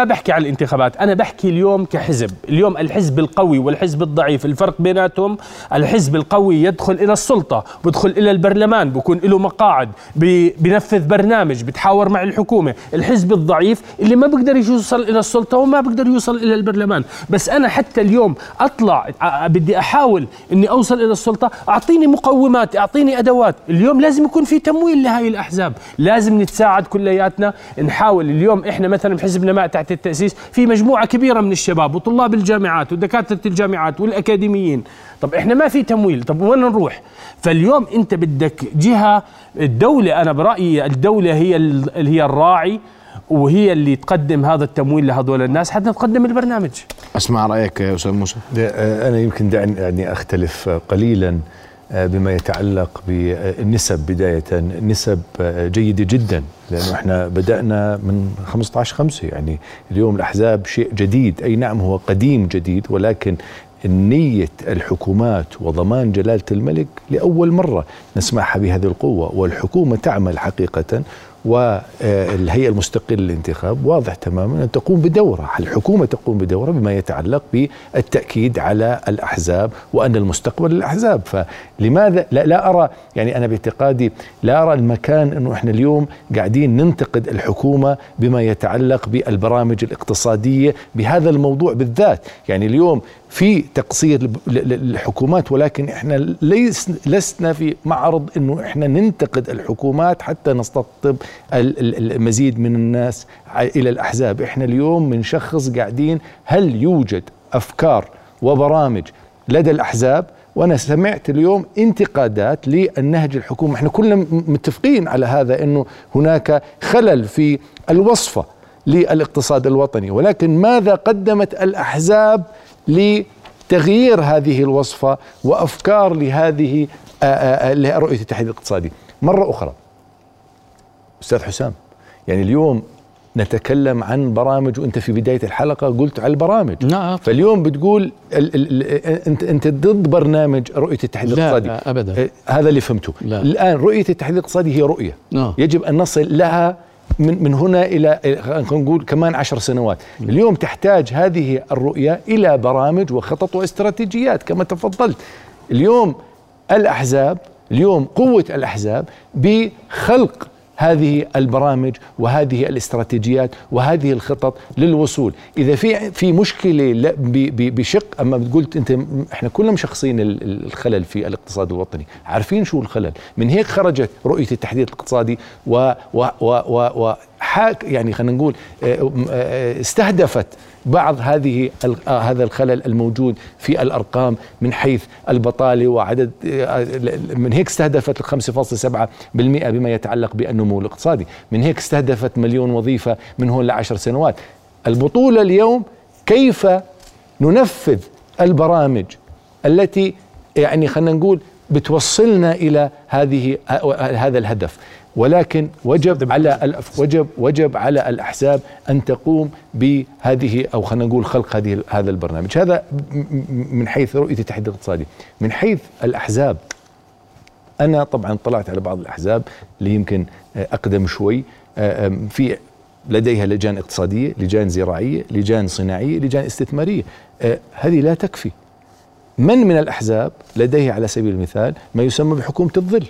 ما بحكي على الانتخابات، أنا بحكي اليوم كحزب. اليوم الحزب القوي والحزب الضعيف الفرق بيناتهم، الحزب القوي يدخل إلى السلطة، بدخل إلى البرلمان، بكون له مقاعد، بنفذ برنامج، بتحاور مع الحكومة. الحزب الضعيف اللي ما بقدر يوصل إلى السلطة وما بقدر يوصل إلى البرلمان. بس أنا حتى اليوم أطلع بدي أحاول إني أوصل إلى السلطة، أعطيني مقومات، أعطيني أدوات. اليوم لازم يكون في تمويل لهذه الأحزاب، لازم نتساعد كلياتنا، نحاول. اليوم إحنا مثلا بحزب نماء تحت التأسيس في مجموعة كبيرة من الشباب وطلاب الجامعات ودكاترة الجامعات والأكاديميين. طب إحنا ما في تمويل، طب وين نروح؟ فاليوم أنت بدك جهة، الدولة، أنا برأيي الدولة هي هي الراعي، وهي اللي تقدم هذا التمويل لهذول الناس حتى تقدم البرنامج. أسمع رأيك يا أستاذ موسى. أنا يمكن دعني يعني أختلف قليلا بما يتعلق بالنسب. بداية النسب جيدة جدا، لأنه احنا بدأنا من خمسة عشر خمسة، يعني اليوم الأحزاب شيء جديد. أي نعم هو قديم جديد، ولكن نية الحكومات وضمان جلالة الملك لأول مرة نسمعها بهذه القوة، والحكومة تعمل حقيقة، والهيئة المستقلة للانتخاب واضح تماما أن تقوم بدورها. الحكومة تقوم بدورها بما يتعلق بالتأكيد على الأحزاب وأن المستقبل للأحزاب. فلماذا لا, لا أرى، يعني أنا باعتقادي لا أرى المكان أنه إحنا اليوم قاعدين ننتقد الحكومة بما يتعلق بالبرامج الاقتصادية بهذا الموضوع بالذات. يعني اليوم في تقصير للحكومات، ولكن احنا ليس لسنا في معرض انه احنا ننتقد الحكومات حتى نستقطب المزيد من الناس الى الاحزاب. احنا اليوم من شخص قاعدين هل يوجد افكار وبرامج لدى الاحزاب. وانا سمعت اليوم انتقادات للنهج الحكومي، احنا كلنا متفقين على هذا انه هناك خلل في الوصفة للاقتصاد الوطني، ولكن ماذا قدمت الأحزاب لتغيير هذه الوصفة وأفكار لهذه رؤية التحديث الاقتصادي؟ مرة أخرى أستاذ حسام، يعني اليوم نتكلم عن برامج، وأنت في بداية الحلقة قلت على البرامج. نعم. فاليوم بتقول ال ال أنت أنت ضد برنامج رؤية التحديث الاقتصادي. لا أبدا. هذا اللي فهمته. لا. الآن رؤية التحديث الاقتصادي هي رؤية. نعم. يجب أن نصل لها من من هنا إلى نقول كمان عشر سنوات. اليوم تحتاج هذه الرؤية إلى برامج وخطط واستراتيجيات كما تفضلت. اليوم الأحزاب، اليوم قوة الأحزاب بخلق هذه البرامج وهذه الاستراتيجيات وهذه الخطط للوصول. إذا في في مشكلة بشق، أما قلت أنت إحنا كلنا مشخصين الخلل في الاقتصاد الوطني، عارفين شو الخلل، من هيك خرجت رؤية التحديث الاقتصادي و و و و حاك يعني خلينا نقول استهدفت بعض هذه هذا الخلل الموجود في الأرقام من حيث البطالة وعدد، من هيك استهدفت خمسة فاصلة سبعة بالمئة بما يتعلق بالنمو الاقتصادي، من هيك استهدفت مليون وظيفة من هون لعشر سنوات. البطولة اليوم كيف ننفذ البرامج التي يعني خلينا نقول بتوصلنا إلى هذه هذا الهدف. ولكن وجب على وجب وجب على الأحزاب أن تقوم بهذه، أو خلينا نقول خلق هذه هذا البرنامج. هذا من حيث رؤية التحديث الاقتصادي. من حيث الأحزاب، أنا طبعا طلعت على بعض الأحزاب اللي يمكن أقدم شوي، في لديها لجان اقتصادية، لجان زراعية، لجان صناعية، لجان استثمارية. هذه لا تكفي. من من الأحزاب لديه على سبيل المثال ما يسمى بحكومة الظل.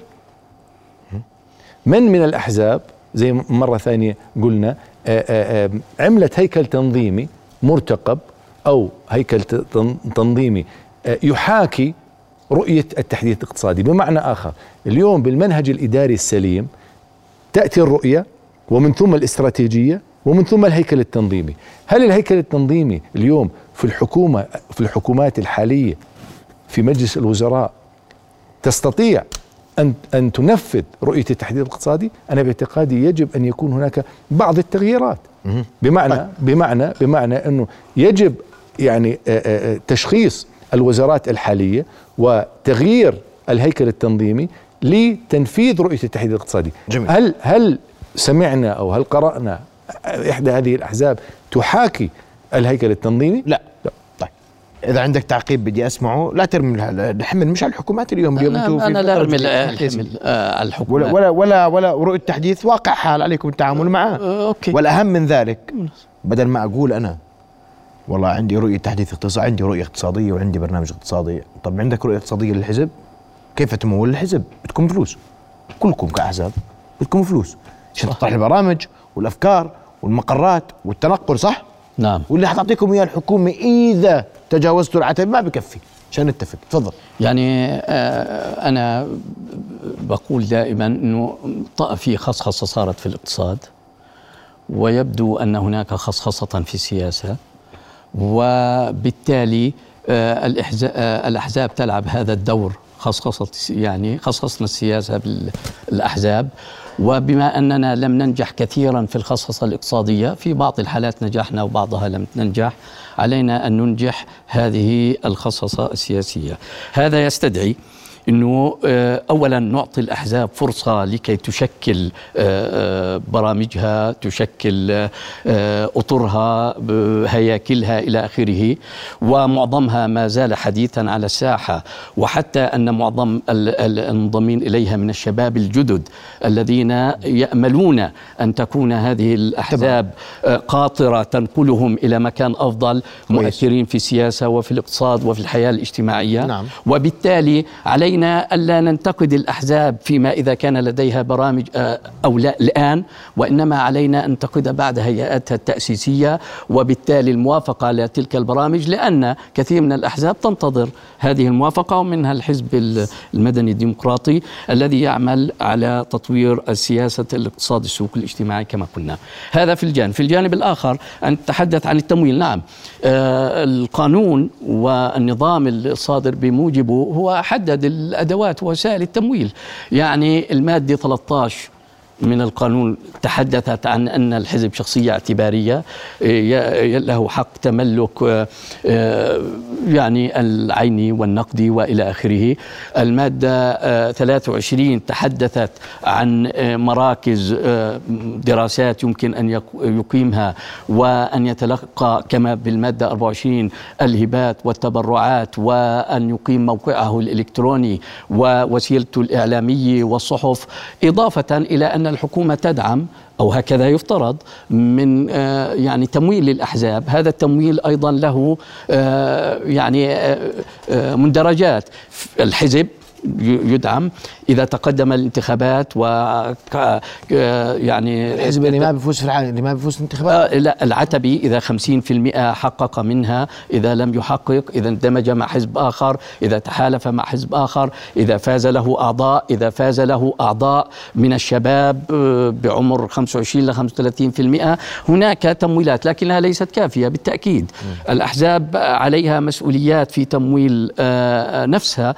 من من الأحزاب زي مرة ثانية قلنا آآ آآ عملت هيكل تنظيمي مرتقب أو هيكل تنظيمي يحاكي رؤية التحديث الاقتصادي. بمعنى آخر، اليوم بالمنهج الإداري السليم تأتي الرؤية ومن ثم الاستراتيجية ومن ثم الهيكل التنظيمي. هل الهيكل التنظيمي اليوم في الحكومة في الحكومات الحالية في مجلس الوزراء تستطيع أن أن تنفذ رؤية التحديث الاقتصادي؟ أنا باعتقادي يجب أن يكون هناك بعض التغييرات. بمعنى بمعنى بمعنى أنه يجب يعني تشخيص الوزارات الحالية وتغيير الهيكل التنظيمي لتنفيذ رؤية التحديث الاقتصادي. جميل. هل هل سمعنا أو هل قرأنا إحدى هذه الأحزاب تحاكي الهيكل التنظيمي؟ لا. لا. طيب إذا عندك تعقيب بدي أسمعه. لا ترمي الحمل مش على الحكومات اليوم. اليوم أنا, أنا لا أرمي الحمل على الحكومات، ولا ولا ولا, ولا رؤية التحديث واقع حال عليكم التعامل معه. أوكي. والأهم من ذلك بدل ما اقول انا والله عندي رؤيه تحديث اقتصادي، عندي رؤيه اقتصاديه وعندي برنامج اقتصادي. طب عندك رؤيه اقتصاديه للحزب؟ كيف تمول الحزب؟ بدكم فلوس، كلكم كاحزاب بدكم فلوس عشان تطرح البرامج والافكار والمقرات والتنقل، صح؟ نعم. واللي حتعطيكم اياه الحكومه اذا تجاوزتوا العتب ما بكفي. عشان نتفق، تفضل. يعني آه انا بقول دائما انه في خصخصه صارت في الاقتصاد، ويبدو ان هناك خصخصه في السياسه، وبالتالي آه الاحزاب تلعب هذا الدور، خصخصه يعني خصخصنا السياسه بالاحزاب. وبما أننا لم ننجح كثيرا في الخصخصة الاقتصادية، في بعض الحالات نجحنا وبعضها لم ننجح، علينا أن ننجح هذه الخصخصة السياسية. هذا يستدعي أنه أولا نعطي الأحزاب فرصة لكي تشكل برامجها، تشكل أطرها، هياكلها إلى آخره، ومعظمها ما زال حديثا على الساحة، وحتى أن معظم المنضمين إليها من الشباب الجدد الذين يأملون أن تكون هذه الأحزاب قاطرة تنقلهم إلى مكان أفضل، مؤثرين في السياسة وفي الاقتصاد وفي الحياة الاجتماعية. نعم. وبالتالي علينا ألا ننتقد الأحزاب فيما إذا كان لديها برامج أو لا الآن، وإنما علينا أن ننتقد بعد هيئاتها التأسيسية، وبالتالي الموافقة لتلك البرامج، لأن كثير من الأحزاب تنتظر هذه الموافقة، ومنها الحزب المدني الديمقراطي الذي يعمل على تطوير السياسة الاقتصاد السوق الاجتماعي كما قلنا. هذا في الجانب. في الجانب الآخر أن نتحدث عن التمويل. نعم، آه القانون والنظام الصادر بموجبه هو حدد الأدوات ووسائل التمويل. يعني المادة ثلاثة عشر من القانون تحدثت عن أن الحزب شخصية اعتبارية له حق تملك يعني العيني والنقدي وإلى آخره. المادة ثلاثة وعشرين تحدثت عن مراكز دراسات يمكن أن يقيمها وأن يتلقى كما بالمادة أربعة وعشرين الهبات والتبرعات، وأن يقيم موقعه الإلكتروني ووسيلته الإعلامية والصحف، إضافة إلى أن الحكومة تدعم أو هكذا يفترض من يعني تمويل للأحزاب. هذا التمويل أيضا له يعني مندرجات. الحزب يدعم إذا تقدم الانتخابات، و يعني الحزب اللي ما بيفوز في العالم اللي ما بيفوز في الانتخابات، آه لا العتبي إذا خمسين بالمئة حقق منها، إذا لم يحقق، إذا اندمج مع حزب آخر، إذا تحالف مع حزب آخر، إذا فاز له أعضاء، إذا فاز له أعضاء من الشباب بعمر خمسة وعشرين إلى خمسة وثلاثين بالمئة، هناك تمويلات لكنها ليست كافية بالتأكيد. م. الأحزاب عليها مسؤوليات في تمويل آه نفسها،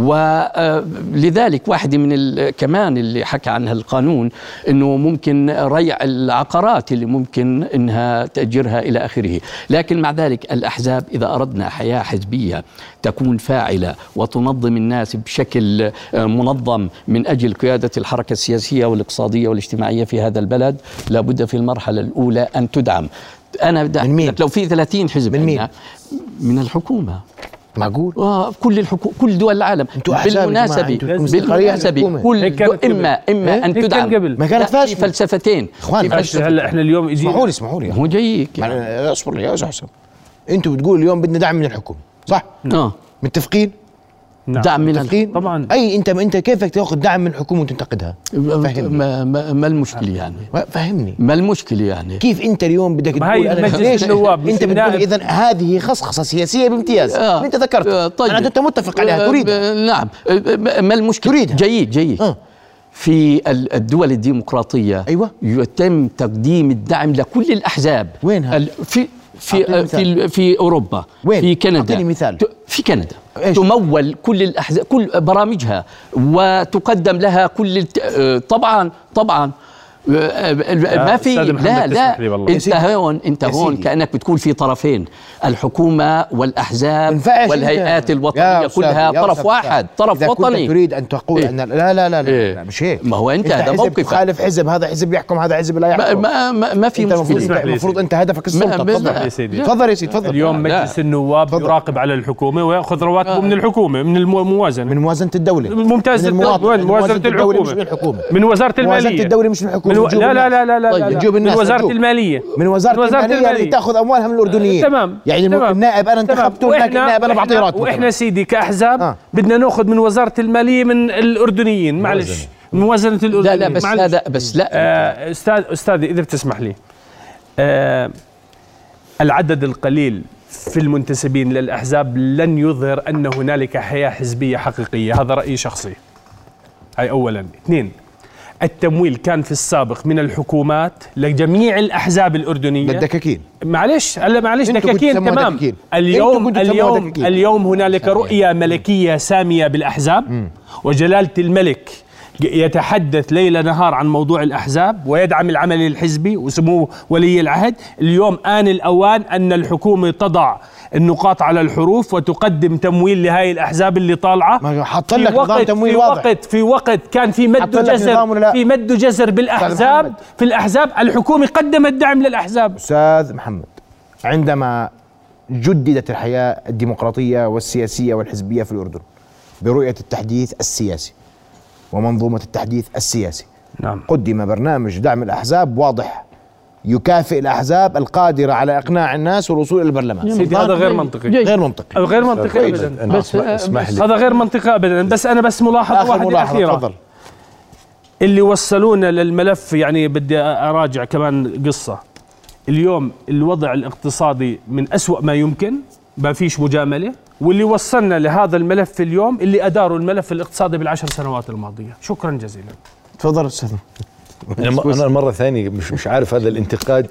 ولذلك واحدة من كمان اللي حكى عنها القانون انه ممكن ريع العقارات اللي ممكن انها تأجرها الى اخره. لكن مع ذلك الاحزاب اذا اردنا حياة حزبية تكون فاعلة وتنظم الناس بشكل منظم من اجل قيادة الحركة السياسية والاقتصادية والاجتماعية في هذا البلد، لابد في المرحلة الاولى ان تدعم. انا لو في ثلاثين حزب من, مين؟ من الحكومة. معقول؟ آه كل الحكو... كل دول العالم بالمناسبة بالمناسبة كل دو... اما اما إيه؟ ان تدعم. ما كانت فاشله. فلسفتين اخوان. هلا احنا اليوم اسمحوا لي اسمحوا لي هو جايك يعني. اصبر لي يا استاذ حسن، انتوا بتقولوا اليوم بدنا دعم من الحكومه، صح؟ اه متفقين؟ نعم. دعم من الحكومه طبعا. اي انت انت كيفك تاخذ دعم من الحكومه وتنتقدها؟ فهمني. ما, ما, ما المشكله يعني؟ فهمني ما المشكله يعني؟ كيف انت اليوم بدك تقول انا ليش انت بتقول اذا هذه خصخصه سياسيه بامتياز؟ آه. انت ذكرت آه. طيب. انا انت متفق عليها تريد. آه. نعم. ما المشكله؟ تريدها. جيد جيد. آه. في الدول الديمقراطيه أيوة. يتم تقديم الدعم لكل الاحزاب. وينها؟ في في في في اوروبا. وين؟ في كندا. اعطيني مثال. في كندا إيش؟ تمول كل الأحزاب كل برامجها وتقدم لها كل طبعا طبعا ما في. لا لا انت هون انت هون كأنك بتقول في طرفين، الحكومة والأحزاب والهيئات الوطنية كلها طرف واحد، طرف إذا وطني. كنت تريد أن تقول إيه؟ أن لا لا لا, لا, إيه؟ لا مش هيك. ما هو أنت هذا موقفك. تخالف حزب، هذا حزب يحكم، هذا حزب لا يحكم. ما ما, ما في مشكلة. المفروض أنت هدفك السلطة. تفضل يا سيدي. تفضل يا سيدي تفضل. اليوم مجلس النواب يراقب على الحكومة ويأخذ رواتبه من الحكومة، من الموازنة، من موازنة الدولة. ممتاز. من موازنة الحكومة، من وزارة المالية. موازنة الدولة مش من الحكومة. من و... لا, لا لا لا لا طيب لا نجوب الناس من وزارة نجوب. المالية من وزارة, وزارة المالية, المالية اللي تاخذ اموالها من الاردنيين. آه تمام. يعني تمام. النائب انا انتخبته لكن النائب انا بعطيه راتبه. واحنا سيدي كاحزاب آه. بدنا ناخذ من وزارة المالية من الاردنيين، معلش موازنة الأردنيين. لا لا بس معلش. هذا بس لا آه استاذ استاذي اذا بتسمح لي، آه العدد القليل في المنتسبين للأحزاب لن يظهر أن هنالك حياة حزبية حقيقية، هذا رأيي شخصي. هاي أولا. اثنين، التمويل كان في السابق من الحكومات لجميع الأحزاب الأردنية للدكاكين. معلش هلا معلش دكاكين تمام. دكاكين. اليوم اليوم دكاكين. اليوم هنالك رؤية ملكية سامية بالأحزاب، م. وجلالة الملك يتحدث ليل نهار عن موضوع الأحزاب ويدعم العمل الحزبي وسموه ولي العهد. اليوم آن الأوان أن الحكومة تضع النقاط على الحروف وتقدم تمويل لهاي الأحزاب اللي طالعة. حط لك نظام تمويل في واضح. وقت في وقت كان في مد جزر في مد جزر بالأحزاب، في الأحزاب الحكومة قدمت دعم للأحزاب. أستاذ محمد، عندما جددت الحياة الديمقراطية والسياسية والحزبية في الأردن برؤية التحديث السياسي ومنظومة التحديث السياسي، نعم. قدم برنامج دعم الأحزاب واضح يكافئ الأحزاب القادرة على إقناع الناس والوصول إلى البرلمان. سيدي هذا غير منطقي. غير منطقي غير منطقي أبدا. بس اسمح لي، هذا غير منطقي أبدا. بس أنا بس ملاحظة واحدة أخيرة. تفضل. اللي وصلونا للملف، يعني بدي أراجع كمان قصة. اليوم الوضع الاقتصادي من أسوأ ما يمكن، ما فيش مجاملة، واللي وصلنا لهذا الملف اليوم اللي أداروا الملف الاقتصادي بالعشر سنوات الماضية. شكرا جزيلا. تفضل أستاذ. أنا مرة ثانية مش مش عارف هذا الانتقاد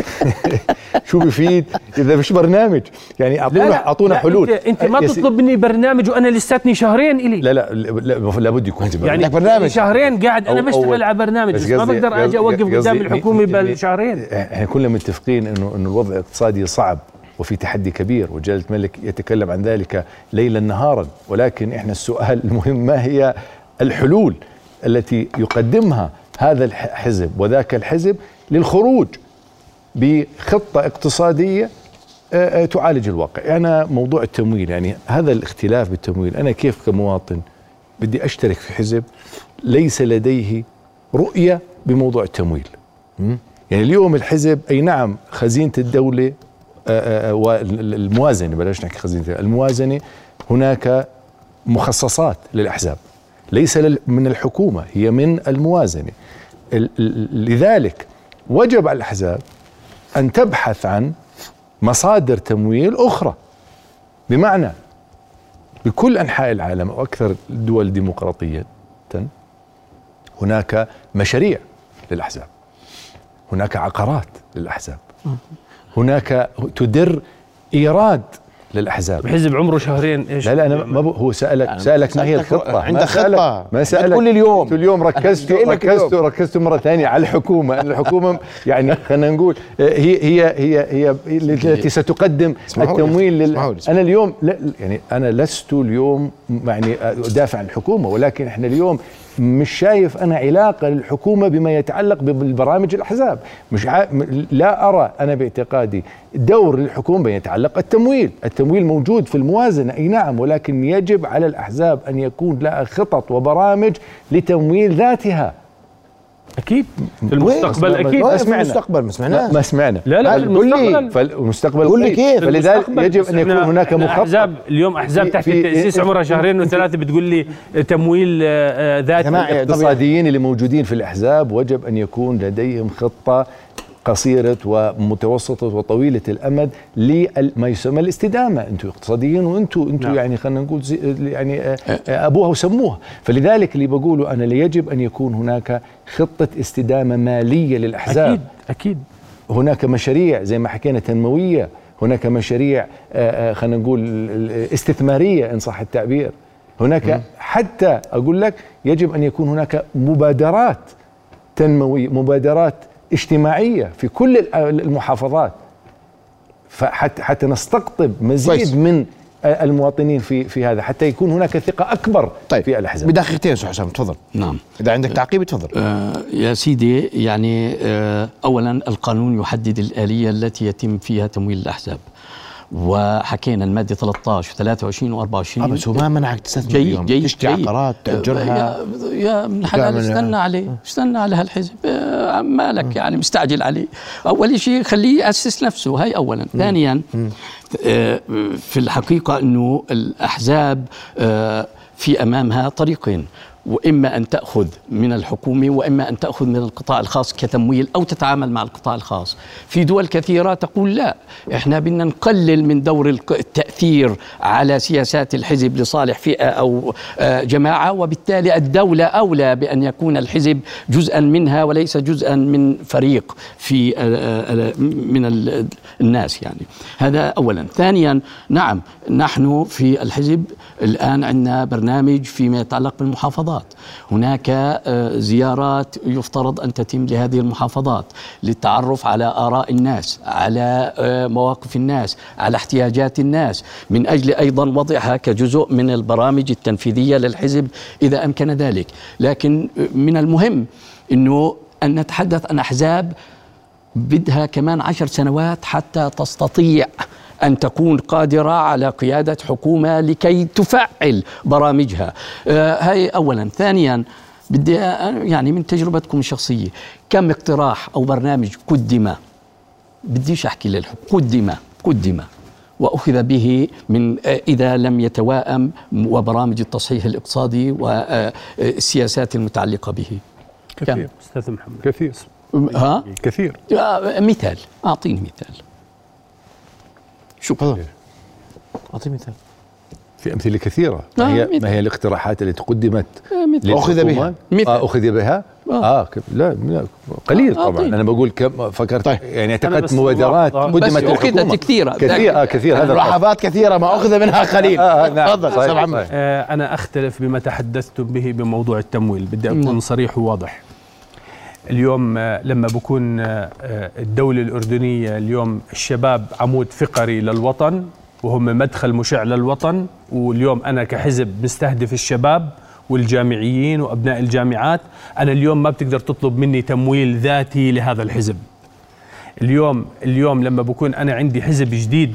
شو بيفيد إذا مش برنامج. يعني أعطونا أعطونا حلول. أنت, انت ما تطلب مني برنامج وأنا لساتني شهرين إلي. لا لا لابد يكون يعني برنامج. شهرين قاعد أنا بشتغل على برنامج، بس ما بقدر أجي أوقف قدام الحكومة بالشهرين. إحنا كلنا متفقين إنه إنه الوضع الاقتصادي صعب وفي تحدي كبير، وجلالة الملك يتكلم عن ذلك ليلا نهارا، ولكن إحنا السؤال المهم ما هي الحلول التي يقدمها هذا الحزب وذاك الحزب للخروج بخطة اقتصادية تعالج الواقع. أنا موضوع التمويل، يعني هذا الاختلاف بالتمويل، أنا كيف كمواطن بدي أشترك في حزب ليس لديه رؤية بموضوع التمويل؟ يعني اليوم الحزب أي نعم خزينة الدولة والموازنة، بلاش نحكي خزينة الموازنة، هناك مخصصات للأحزاب ليس من الحكومة، هي من الموازنة. لذلك وجب على الأحزاب أن تبحث عن مصادر تمويل أخرى، بمعنى بكل أنحاء العالم وأكثر الدول ديمقراطية هناك مشاريع للأحزاب، هناك عقارات للأحزاب، هناك تدر إيراد للأحزاب. حزب عمره شهرين ايش؟ لا لا أنا ما هو سألك يعني سألك ما هي الخطة؟ عندك خطة؟ ما سألك كل اليوم. اليوم ركزتوا ركزتوا ركزتوا مرة ثانية على الحكومة. الحكومة يعني خلينا نقول هي هي هي هي التي ستقدم التمويل لل... أنا اليوم يعني أنا لست اليوم يعني أدافع عن الحكومة، ولكن إحنا اليوم مش شايف أنا علاقة للحكومة بما يتعلق بالبرامج الأحزاب. مش ع... لا أرى أنا باعتقادي دور للحكومة بما يتعلق التمويل. التمويل موجود في الموازنة أي نعم، ولكن يجب على الأحزاب أن يكون لها خطط وبرامج لتمويل ذاتها. أكيد في المستقبل أكيد. ما سمعنا المستقبل ما سمعناش. ما سمعنا. لا لا المستقبل فالمستقبل قول لي كيف. فلذلك يجب أن يكون هناك مخطط. أحزاب اليوم أحزاب تحت التأسيس عمرها شهرين وثلاثة بتقول لي تمويل ذاتي. الاقتصاديين اللي موجودين في الأحزاب وجب أن يكون لديهم خطة قصيرة ومتوسطة وطويلة الأمد لما يسمى الاستدامة. أنتم اقتصاديين وأنتم أنتم نعم. يعني خلينا نقول يعني أبوها وسموها. فلذلك اللي بقوله أنا يجب أن يكون هناك خطة استدامة مالية للأحزاب. أكيد أكيد. هناك مشاريع زي ما حكينا تنموية، هناك مشاريع خلينا نقول استثمارية إن صح التعبير، هناك م. حتى أقول لك يجب أن يكون هناك مبادرات تنموية، مبادرات اجتماعية في كل المحافظات، فحتى حتى نستقطب مزيد كويس. من المواطنين في في هذا، حتى يكون هناك ثقة أكبر طيب. في الأحزاب. بدقيقتين استاذ حسام تفضل. نعم إذا عندك تعقيب تفضل. آه يا سيدي، يعني آه أولا القانون يحدد الآلية التي يتم فيها تمويل الأحزاب، وحكينا المادة ثلاثة عشر وثلاثة وعشرين وأربعة وعشرين. آه بس هو ما منعك تستثمر جيد اليوم، جيد تشتري جيد عقارات تأجرها. يا, يا من حلال استنى عليه، استنى على هالحزب، مالك يعني مستعجل عليه. أول شيء خليه يأسس نفسه، هاي أولا. م. ثانيا م. في الحقيقة أنه الأحزاب في أمامها طريقين، وإما أن تأخذ من الحكومة وإما أن تأخذ من القطاع الخاص كتمويل أو تتعامل مع القطاع الخاص. في دول كثيرة تقول لا، إحنا بدنا نقلل من دور التأثير على سياسات الحزب لصالح فئة أو جماعة، وبالتالي الدولة أولى بأن يكون الحزب جزءا منها وليس جزءا من فريق في من الناس يعني. هذا أولا. ثانيا نعم، نحن في الحزب الآن عندنا برنامج فيما يتعلق بالمحافظات. هناك زيارات يفترض أن تتم لهذه المحافظات للتعرف على آراء الناس، على مواقف الناس، على احتياجات الناس، من أجل أيضا وضعها كجزء من البرامج التنفيذية للحزب إذا أمكن ذلك. لكن من المهم أنه أن نتحدث عن أحزاب بدها كمان عشر سنوات حتى تستطيع أن تكون قادرة على قيادة حكومة لكي تفعل برامجها. آه هاي أولا. ثانيا بدي يعني من تجربتكم الشخصية، كم اقتراح أو برنامج قدم، بديش أحكي للحكومة، قدم قدم وأخذ به من آه إذا لم يتوائم وبرامج التصحيح الاقتصادي والسياسات المتعلقة به. كثير أستاذ محمد، كثير. ها؟ كثير. آه مثال، أعطيني مثال. شكرا. أعطي مثال. في أمثلة كثيرة. ما هي ما هي الاقتراحات التي قدمت أخذ بها؟ آه أخذ بها؟ آه, آه لا, لا قليل آه طبعا. أنا بقول كم فكرت طيب. يعني اعتقدت مبادرات قدمت أخذت كثيرة كثير آه كثير هذا ملاحظات كثيرة ما أخذ منها قليل. آه نعم. تفضل محمد. آه أنا أختلف بما تحدثتم به بموضوع التمويل، بدي أكون م. صريح وواضح. اليوم لما بكون الدولة الأردنية اليوم الشباب عمود فقري للوطن وهم مدخل مشع للوطن، واليوم أنا كحزب مستهدف الشباب والجامعيين وأبناء الجامعات، أنا اليوم ما بتقدر تطلب مني تمويل ذاتي لهذا الحزب. اليوم اليوم لما بكون أنا عندي حزب جديد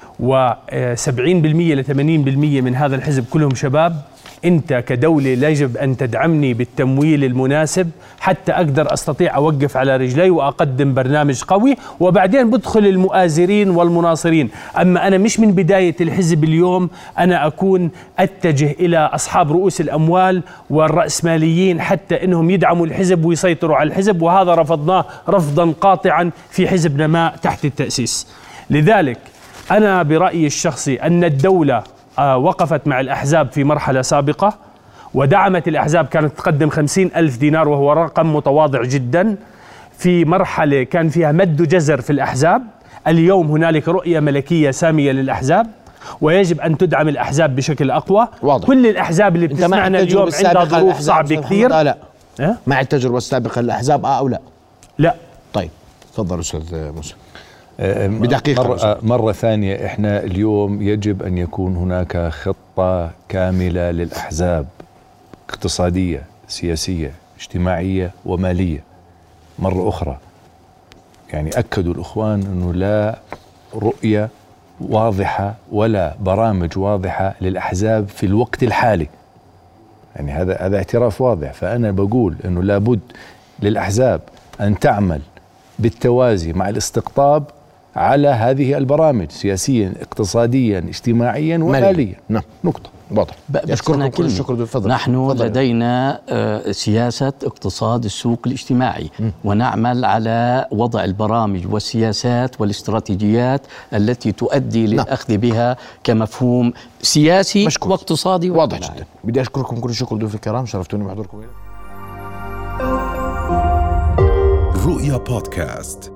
وسبعين بالمئة لثمانين بالمئة من هذا الحزب كلهم شباب، أنت كدولة يجب أن تدعمني بالتمويل المناسب حتى أقدر أستطيع أوقف على رجلي وأقدم برنامج قوي، وبعدين بدخل المؤازرين والمناصرين. أما أنا مش من بداية الحزب اليوم أنا أكون أتجه إلى أصحاب رؤوس الأموال والرأسماليين حتى إنهم يدعموا الحزب ويسيطروا على الحزب، وهذا رفضناه رفضا قاطعا في حزب نماء تحت التأسيس. لذلك أنا برأيي الشخصي أن الدولة آه وقفت مع الأحزاب في مرحلة سابقة ودعمت الأحزاب، كانت تقدم خمسين ألف دينار وهو رقم متواضع جدا في مرحلة كان فيها مد جزر في الأحزاب. اليوم هنالك رؤية ملكية سامية للأحزاب ويجب أن تدعم الأحزاب بشكل أقوى. واضح. كل الأحزاب اللي بتسمعنا اليوم عندها ظروف صعبة كثير. آه لا أه؟ مع التجربة السابقة للأحزاب آه أو لا؟ لا. طيب تفضل أستاذ موسى. بدقيقة مرة, مرة ثانية، إحنا اليوم يجب أن يكون هناك خطة كاملة للأحزاب، اقتصادية سياسية اجتماعية ومالية. مرة أخرى يعني أكدوا الأخوان أنه لا رؤية واضحة ولا برامج واضحة للأحزاب في الوقت الحالي. يعني هذا هذا اعتراف واضح. فأنا بقول أنه لابد للأحزاب أن تعمل بالتوازي مع الاستقطاب على هذه البرامج سياسيا اقتصاديا اجتماعيا وماليا. نعم نقطة واضح. أشكركم كل الشكر. نحن فضل. لدينا سياسة اقتصاد السوق الاجتماعي م. ونعمل على وضع البرامج والسياسات والاستراتيجيات التي تؤدي للأخذ بها كمفهوم سياسي مشكور. واقتصادي واضح جدا. بدي أشكركم كل الشكر ضيوف الكرام، شرفتوني بحضوركم. رؤيا بودكاست.